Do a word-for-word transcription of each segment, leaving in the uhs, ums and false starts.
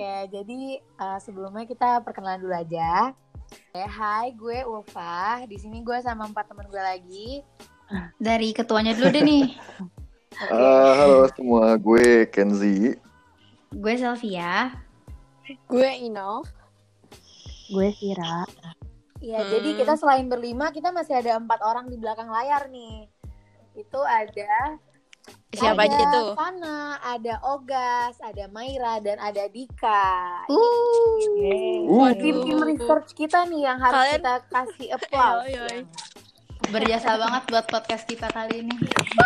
Oke, jadi uh, sebelumnya kita perkenalan dulu aja. Eh, hai, gue Ulfa. Di sini gue sama empat teman gue lagi. Dari ketuanya dulu deh nih. Oke. Okay. Uh, halo semua, gue Kenzi. Gue Selvia. Gue Ino. Gue Vira. Iya, hmm. jadi kita selain berlima, kita masih ada empat orang di belakang layar nih. Itu ada siapa aja itu? Fana, ada Ogas, ada Maira, dan ada Dika. Uh. Tim-tim research kita nih yang harus Kalian... kita kasih applause. Yoy, yoy. Berjasa banget buat podcast kita kali ini.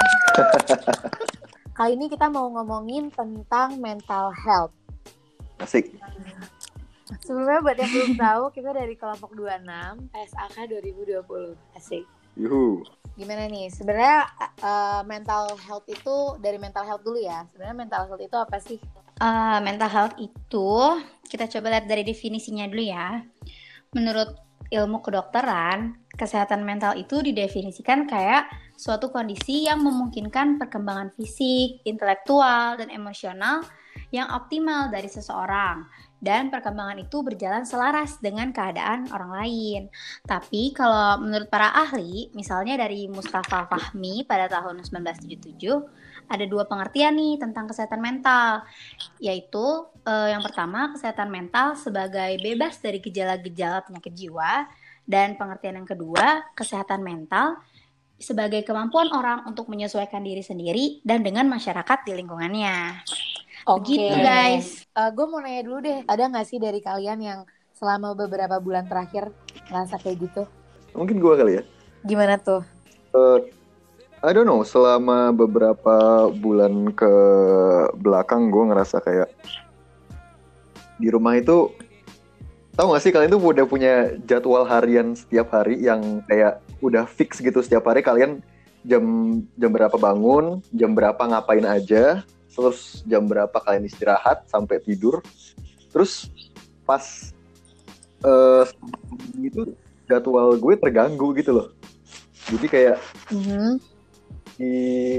Kali ini kita mau ngomongin tentang mental health. Asik. Sebelumnya buat yang belum tahu, kita dari kelompok dua puluh enam S A K dua ribu dua puluh. Asik. Yuhu. Gimana nih? Sebenarnya uh, mental health itu dari mental health dulu ya. Sebenarnya mental health itu apa sih? Uh, mental health itu kita coba lihat dari definisinya dulu ya. Menurut ilmu kedokteran, kesehatan mental itu didefinisikan kayak suatu kondisi yang memungkinkan perkembangan fisik, intelektual, dan emosional yang optimal dari seseorang. Dan perkembangan itu berjalan selaras dengan keadaan orang lain. Tapi kalau menurut para ahli, misalnya dari Mustafa Fahmi pada tahun seribu sembilan ratus tujuh puluh tujuh, ada dua pengertian nih tentang kesehatan mental. Yaitu eh, yang pertama, kesehatan mental sebagai bebas dari gejala-gejala penyakit jiwa. Dan pengertian yang kedua, kesehatan mental sebagai kemampuan orang untuk menyesuaikan diri sendiri dan dengan masyarakat di lingkungannya. Oke, gitu guys. Uh, gue mau nanya dulu deh, ada nggak sih dari kalian yang selama beberapa bulan terakhir ngerasa kayak gitu? Mungkin gue kali ya. Gimana tuh? Uh, I don't know, selama beberapa bulan ke belakang gue ngerasa kayak di rumah itu, tau gak sih kalian tuh udah punya jadwal harian setiap hari yang kayak udah fix gitu setiap hari kalian jam jam berapa bangun, jam berapa ngapain aja. Terus jam berapa kalian istirahat sampai tidur. Terus pas uh, itu jadwal gue terganggu gitu loh. Jadi kayak mm-hmm. di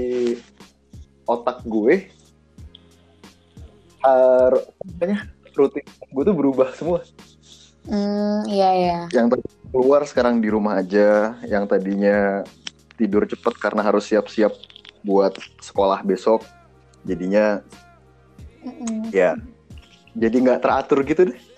otak gue har, makanya rutin gue tuh berubah semua. Mm, iya iya. Yang tadi keluar sekarang di rumah aja. Yang tadinya tidur cepet karena harus siap-siap buat sekolah besok. Jadinya Mm-mm. ya jadi nggak teratur gitu deh.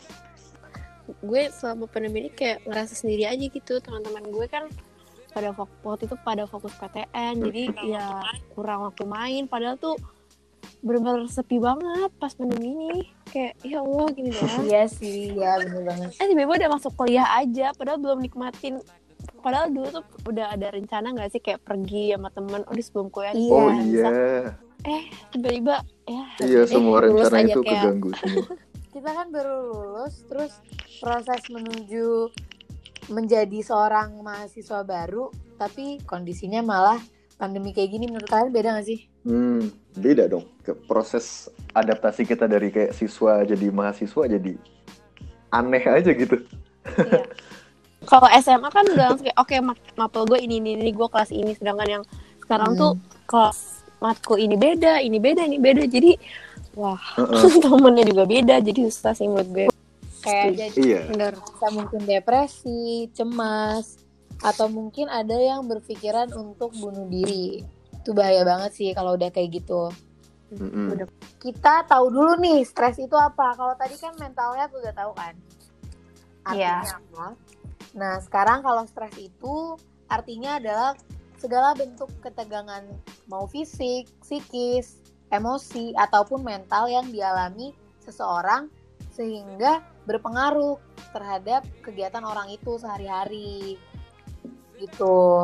Gue selama pandemi ini kayak ngerasa sendiri aja gitu. Teman-teman gue kan pada waktu itu pada fokus P T N, jadi ya kurang waktu main. Padahal tuh benar-benar sepi banget pas pandemi ini. Kayak ya Allah gini doang. Iya sih, ya bener banget. Eh tiba-tiba udah masuk kuliah aja, padahal belum nikmatin. Padahal dulu tuh udah ada rencana nggak sih kayak pergi sama temen, oh di sebelum kuliah. Iya. Oh iya. Eh tiba-tiba ya iya semua eh, rencana itu kayak... keganggu semua. Kita kan baru lulus, terus proses menuju menjadi seorang mahasiswa baru, tapi kondisinya malah pandemi kayak gini. Menurut kalian beda gak sih? Hmm, beda dong. Proses adaptasi kita dari kayak siswa jadi mahasiswa jadi aneh aja gitu. Iya. Kalau S M A kan udah langsung kayak oke okay, mapel gue ini ini ini gue kelas ini, sedangkan yang sekarang hmm. tuh kelas matkul ini beda, ini beda, ini beda. Jadi wah, uh-uh. temennya juga beda. Jadi susah sih menurut gue. Kayak jadi iya. bener, bisa mungkin depresi, cemas, atau mungkin ada yang berpikiran untuk bunuh diri. Itu bahaya banget sih kalau udah kayak gitu. Mm-hmm. Kita tahu dulu nih stres itu apa. Kalau tadi kan mental health udah tahu kan artinya yeah. apa. Nah sekarang kalau stres itu artinya adalah segala bentuk ketegangan mau fisik, psikis, emosi, ataupun mental yang dialami seseorang sehingga berpengaruh terhadap kegiatan orang itu sehari-hari gitu.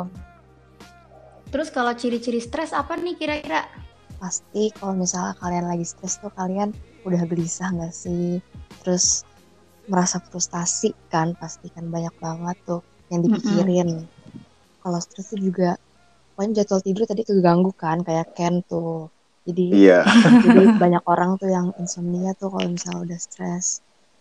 Terus kalau ciri-ciri stres apa nih kira-kira? Pasti kalau misalnya kalian lagi stres tuh kalian udah gelisah gak sih? Terus merasa frustasi kan, pasti kan banyak banget tuh yang dipikirin. Mm-hmm. Kalau stres tuh juga pokoknya jadwal tidur tadi keganggu kan, kayak Ken tuh. Jadi, iya. jadi banyak orang tuh yang insomnia tuh kalau misalnya udah stres.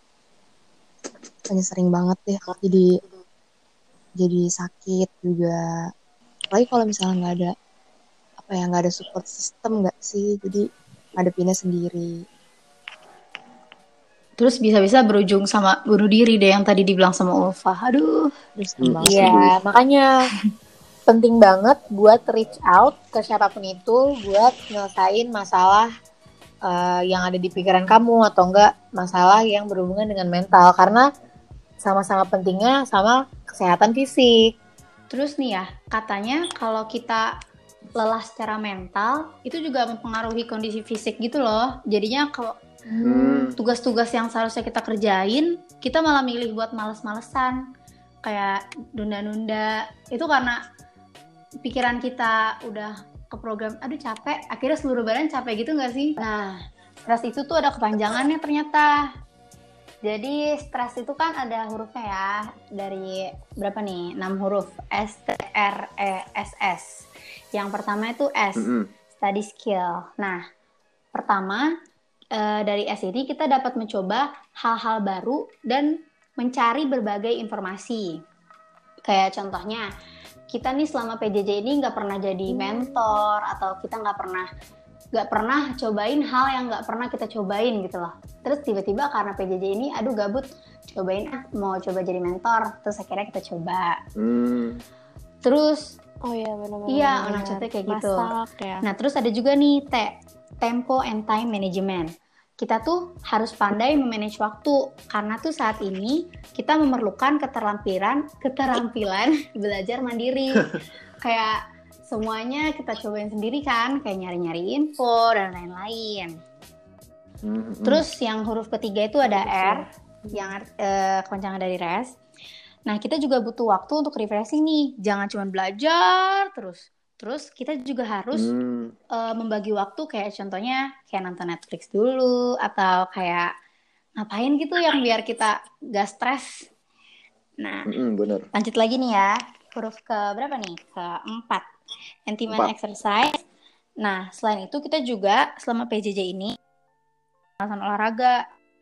Hanya sering banget deh, jadi jadi sakit juga. Apalagi kalau misalnya nggak ada apa ya, nggak ada support system nggak sih, jadi ngadepinnya sendiri. Terus bisa-bisa berujung sama bunuh diri deh yang tadi dibilang sama Ulfa. Aduh. Hmm, Iya, makanya penting banget buat reach out ke siapapun itu buat nyelesain masalah uh, yang ada di pikiran kamu atau enggak masalah yang berhubungan dengan mental karena sama-sama pentingnya sama kesehatan fisik. Terus nih ya, katanya kalau kita lelah secara mental itu juga mempengaruhi kondisi fisik gitu loh. Jadinya kalau Hmm. tugas-tugas yang seharusnya kita kerjain, kita malah milih buat males-malesan, kayak nunda-nunda. Itu karena pikiran kita udah ke program, aduh capek, akhirnya seluruh badan capek gitu nggak sih? Nah, stres itu tuh ada kepanjangannya ternyata. Jadi stres itu kan ada hurufnya ya, dari berapa nih? enam huruf, S, T, R, E, S, S. Yang pertama itu S, Mm-mm. study skill. Nah, pertama Uh, dari S ini kita dapat mencoba hal-hal baru dan mencari berbagai informasi. Kayak contohnya, kita nih selama P J J ini nggak pernah jadi mentor atau kita nggak pernah nggak pernah cobain hal yang nggak pernah kita cobain gitu loh. Terus tiba-tiba karena P J J ini, aduh gabut, cobain ah mau coba jadi mentor. Terus akhirnya kita coba. Hmm. Terus Oh iya benar-benar. iya, nah contohnya kayak gitu. Masak ya. Nah terus ada juga nih T, tempo and time management. Kita tuh harus pandai memanage waktu karena tuh saat ini kita memerlukan keterampilan keterampilan belajar mandiri. Kayak semuanya kita cobain sendiri kan, kayak nyari-nyari info dan lain-lain. Hmm. Terus yang huruf ketiga itu ada R, yang eh, kepanjangan dari rest. Nah, kita juga butuh waktu untuk refreshing nih. Jangan cuma belajar terus. Terus kita juga harus Hmm. uh, membagi waktu kayak contohnya kayak nonton Netflix dulu atau kayak ngapain gitu yang biar kita gak stres. Nah, Mm-mm, bener. lanjut lagi nih ya. Huruf ke berapa nih? Keempat. Anti-man Empat. exercise. Nah, selain itu kita juga selama P J J ini alasan olahraga,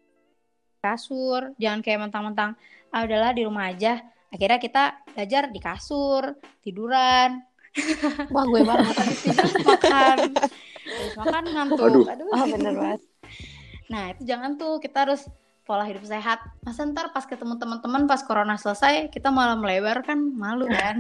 kasur, jangan kayak mentang-mentang ah udahlah di rumah aja. Akhirnya kita belajar di kasur, tiduran. Wah gue banget. Habis tidur makan. Habis makan ngantuk. Aduh. Aduh. Oh bener banget. Nah, itu jangan tuh, kita harus pola hidup sehat. Masa ntar pas ketemu teman-teman pas corona selesai, kita malah melebar kan, malu kan.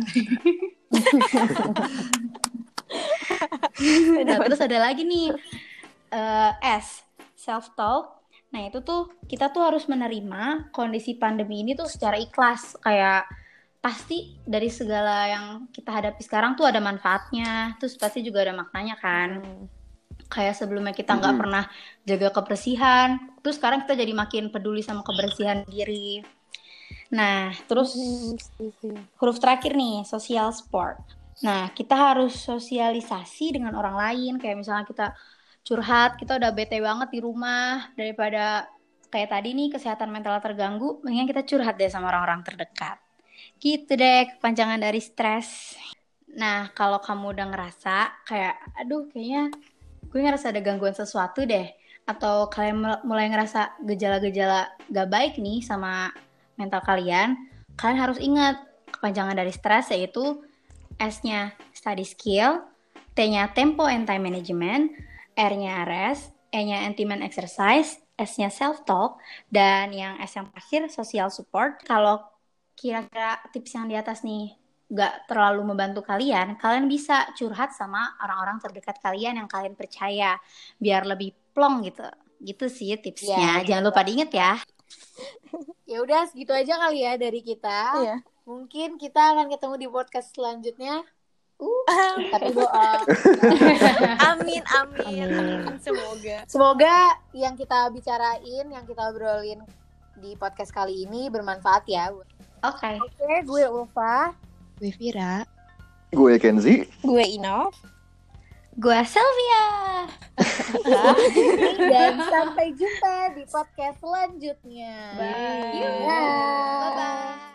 Nah, terus ada lagi nih uh, S, self talk. Nah, itu tuh kita tuh harus menerima kondisi pandemi ini tuh secara ikhlas. Kayak pasti dari segala yang kita hadapi sekarang tuh ada manfaatnya, terus pasti juga ada maknanya kan. Hmm. Kayak sebelumnya kita nggak Mm-hmm. pernah jaga kebersihan, terus sekarang kita jadi makin peduli sama kebersihan diri. Nah, terus huruf terakhir nih, social sport. Nah, kita harus sosialisasi dengan orang lain, kayak misalnya kita curhat, kita udah bete banget di rumah, daripada kayak tadi nih kesehatan mental terganggu, mendingan kita curhat deh sama orang-orang terdekat. Gitu deh kepanjangan dari stres. Nah, kalau kamu udah ngerasa kayak aduh kayaknya gue ngerasa ada gangguan sesuatu deh, atau kalian mulai ngerasa gejala-gejala gak baik nih sama mental kalian, kalian harus ingat kepanjangan dari stres yaitu S-nya study skill, T-nya tempo and time management, R-nya rest, E-nya anti-man exercise, S-nya self talk, dan yang S yang terakhir social support. Kalau kira-kira tips yang di atas nih gak terlalu membantu kalian, kalian bisa curhat sama orang-orang terdekat kalian yang kalian percaya, biar lebih plong gitu. Gitu sih tipsnya. Ya, jangan lupa diingat ya. Ya udah segitu aja kali ya dari kita. Iya. Mungkin kita akan ketemu di podcast selanjutnya. Uh, tapi doa. Amin, amin, amin. Semoga. Semoga yang kita bicarain, yang kita obrolin di podcast kali ini bermanfaat ya. Oke. Okay. Oke, okay, gue Ulfa. Gue Vira. Gue Kenzi. Gue Inov. Gue Sylvia. Dan sampai jumpa di podcast selanjutnya. Bye. Bye. Bye-bye.